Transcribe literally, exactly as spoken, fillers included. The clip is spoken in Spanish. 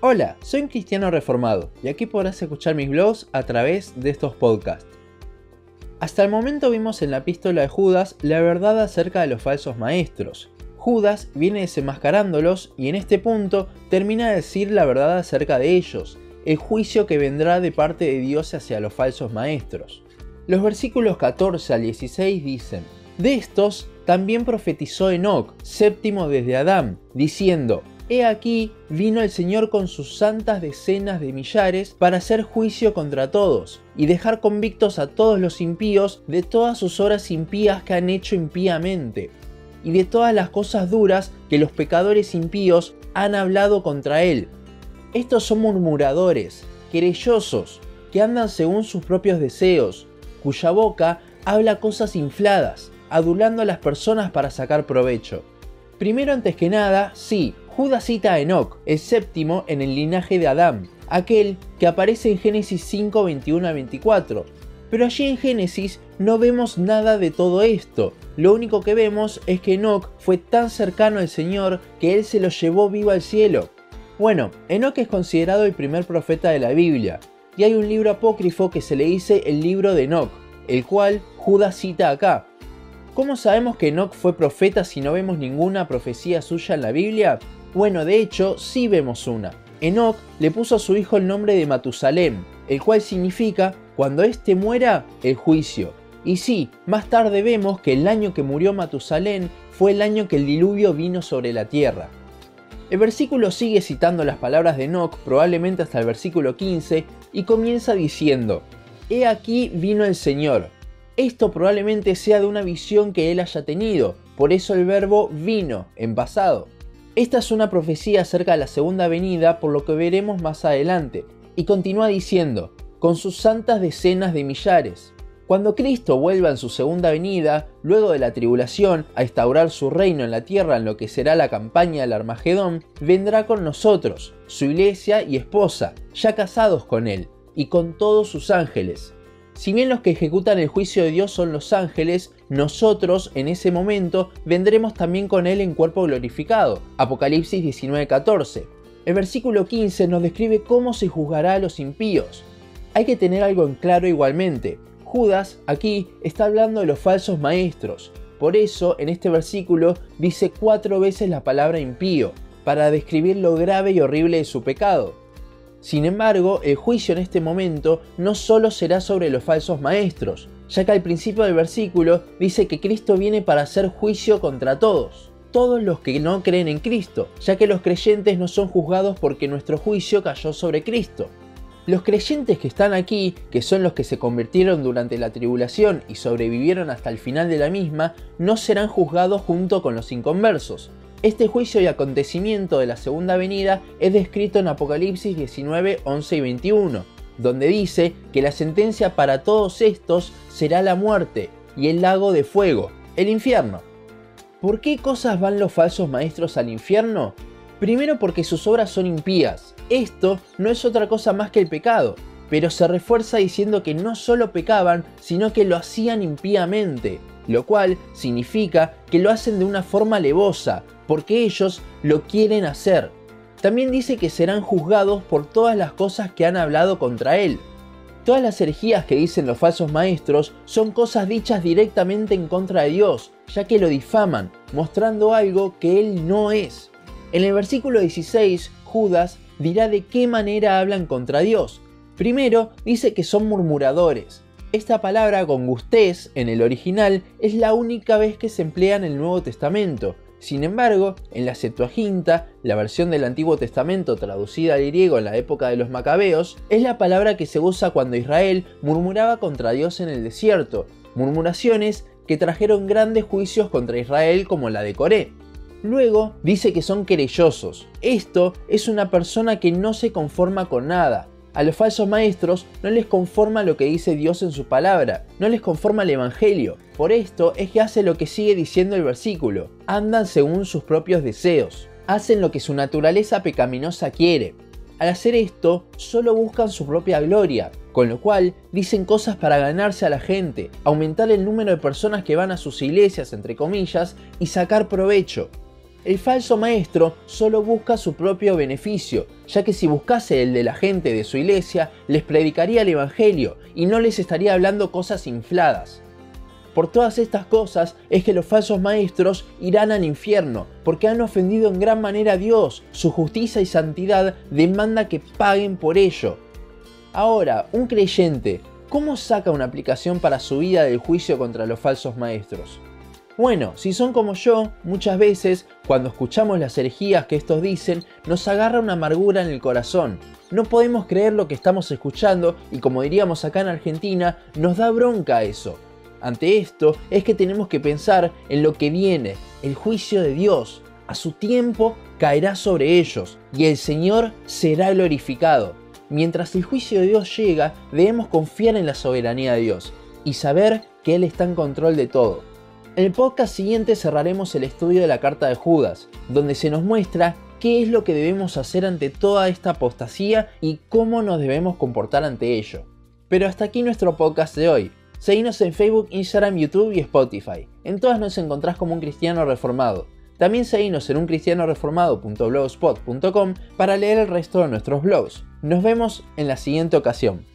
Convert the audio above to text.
Hola, soy un cristiano reformado y aquí podrás escuchar mis blogs a través de estos podcasts. Hasta el momento vimos en la epístola de Judas la verdad acerca de los falsos maestros. Judas viene desenmascarándolos y en este punto termina de decir la verdad acerca de ellos, el juicio que vendrá de parte de Dios hacia los falsos maestros. Los versículos catorce al dieciséis dicen: de estos también profetizó Enoc, séptimo desde Adán, diciendo: He aquí, vino el Señor con sus santas decenas de millares para hacer juicio contra todos, y dejar convictos a todos los impíos de todas sus obras impías que han hecho impíamente, y de todas las cosas duras que los pecadores impíos han hablado contra él. Estos son murmuradores, querellosos, que andan según sus propios deseos, cuya boca habla cosas infladas, adulando a las personas para sacar provecho. Primero, antes que nada, sí, Judas cita a Enoc, el séptimo en el linaje de Adán, aquel que aparece en Génesis cinco, veintiuno a veinticuatro. Pero allí en Génesis no vemos nada de todo esto. Lo único que vemos es que Enoc fue tan cercano al Señor que él se lo llevó vivo al cielo. Bueno, Enoc es considerado el primer profeta de la Biblia, y hay un libro apócrifo que se le dice el libro de Enoc, el cual Judas cita acá. ¿Cómo sabemos que Enoc fue profeta si no vemos ninguna profecía suya en la Biblia? Bueno, de hecho, sí vemos una. Enoc le puso a su hijo el nombre de Matusalén, el cual significa, cuando éste muera, el juicio. Y sí, más tarde vemos que el año que murió Matusalén fue el año que el diluvio vino sobre la tierra. El versículo sigue citando las palabras de Enoc, probablemente hasta el versículo quince, y comienza diciendo: He aquí vino el Señor. Esto probablemente sea de una visión que él haya tenido, por eso el verbo vino en pasado. Esta es una profecía acerca de la segunda venida, por lo que veremos más adelante, y continúa diciendo: con sus santas decenas de millares. Cuando Cristo vuelva en su segunda venida, luego de la tribulación, a instaurar su reino en la tierra en lo que será la campaña del Armagedón, vendrá con nosotros, su iglesia y esposa, ya casados con él, y con todos sus ángeles. Si bien los que ejecutan el juicio de Dios son los ángeles, nosotros en ese momento vendremos también con él en cuerpo glorificado. Apocalipsis diecinueve, catorce. El versículo quince nos describe cómo se juzgará a los impíos. Hay que tener algo en claro igualmente. Judas aquí está hablando de los falsos maestros. Por eso en este versículo dice cuatro veces la palabra impío, para describir lo grave y horrible de su pecado. Sin embargo, el juicio en este momento no solo será sobre los falsos maestros, ya que al principio del versículo dice que Cristo viene para hacer juicio contra todos, todos los que no creen en Cristo, ya que los creyentes no son juzgados porque nuestro juicio cayó sobre Cristo. Los creyentes que están aquí, que son los que se convirtieron durante la tribulación y sobrevivieron hasta el final de la misma, no serán juzgados junto con los inconversos. Este juicio y acontecimiento de la segunda venida es descrito en Apocalipsis diecinueve, once y veintiuno, donde dice que la sentencia para todos estos será la muerte y el lago de fuego, el infierno. ¿Por qué cosas van los falsos maestros al infierno? Primero porque sus obras son impías. Esto no es otra cosa más que el pecado, pero se refuerza diciendo que no solo pecaban, sino que lo hacían impíamente, lo cual significa que lo hacen de una forma alevosa, porque ellos lo quieren hacer. También dice que serán juzgados por todas las cosas que han hablado contra él. Todas las herejías que dicen los falsos maestros son cosas dichas directamente en contra de Dios, ya que lo difaman, mostrando algo que él no es. En el versículo dieciséis, Judas dirá de qué manera hablan contra Dios. Primero, dice que son murmuradores. Esta palabra gongustés en el original es la única vez que se emplea en el Nuevo Testamento. Sin embargo, en la Septuaginta, la versión del Antiguo Testamento traducida al griego en la época de los Macabeos, es la palabra que se usa cuando Israel murmuraba contra Dios en el desierto, murmuraciones que trajeron grandes juicios contra Israel como la de Coré. Luego dice que son querellosos. Esto es una persona que no se conforma con nada. A los falsos maestros no les conforma lo que dice Dios en su palabra, no les conforma el evangelio. Por esto es que hace lo que sigue diciendo el versículo: andan según sus propios deseos, hacen lo que su naturaleza pecaminosa quiere. Al hacer esto, solo buscan su propia gloria, con lo cual dicen cosas para ganarse a la gente, aumentar el número de personas que van a sus iglesias, entre comillas, y sacar provecho. El falso maestro solo busca su propio beneficio, ya que si buscase el de la gente de su iglesia, les predicaría el evangelio y no les estaría hablando cosas infladas. Por todas estas cosas es que los falsos maestros irán al infierno, porque han ofendido en gran manera a Dios. Su justicia y santidad demanda que paguen por ello. Ahora, un creyente, ¿cómo saca una aplicación para su vida del juicio contra los falsos maestros? Bueno, si son como yo, muchas veces, cuando escuchamos las herejías que estos dicen, nos agarra una amargura en el corazón. No podemos creer lo que estamos escuchando y, como diríamos acá en Argentina, nos da bronca eso. Ante esto es que tenemos que pensar en lo que viene, el juicio de Dios. A su tiempo caerá sobre ellos y el Señor será glorificado. Mientras el juicio de Dios llega, debemos confiar en la soberanía de Dios y saber que Él está en control de todo. En el podcast siguiente cerraremos el estudio de la carta de Judas, donde se nos muestra qué es lo que debemos hacer ante toda esta apostasía y cómo nos debemos comportar ante ello. Pero hasta aquí nuestro podcast de hoy. Seguinos en Facebook, Instagram, YouTube y Spotify. En todas nos encontrás como Un Cristiano Reformado. También seguinos en un cristiano reformado punto blogspot punto com para leer el resto de nuestros blogs. Nos vemos en la siguiente ocasión.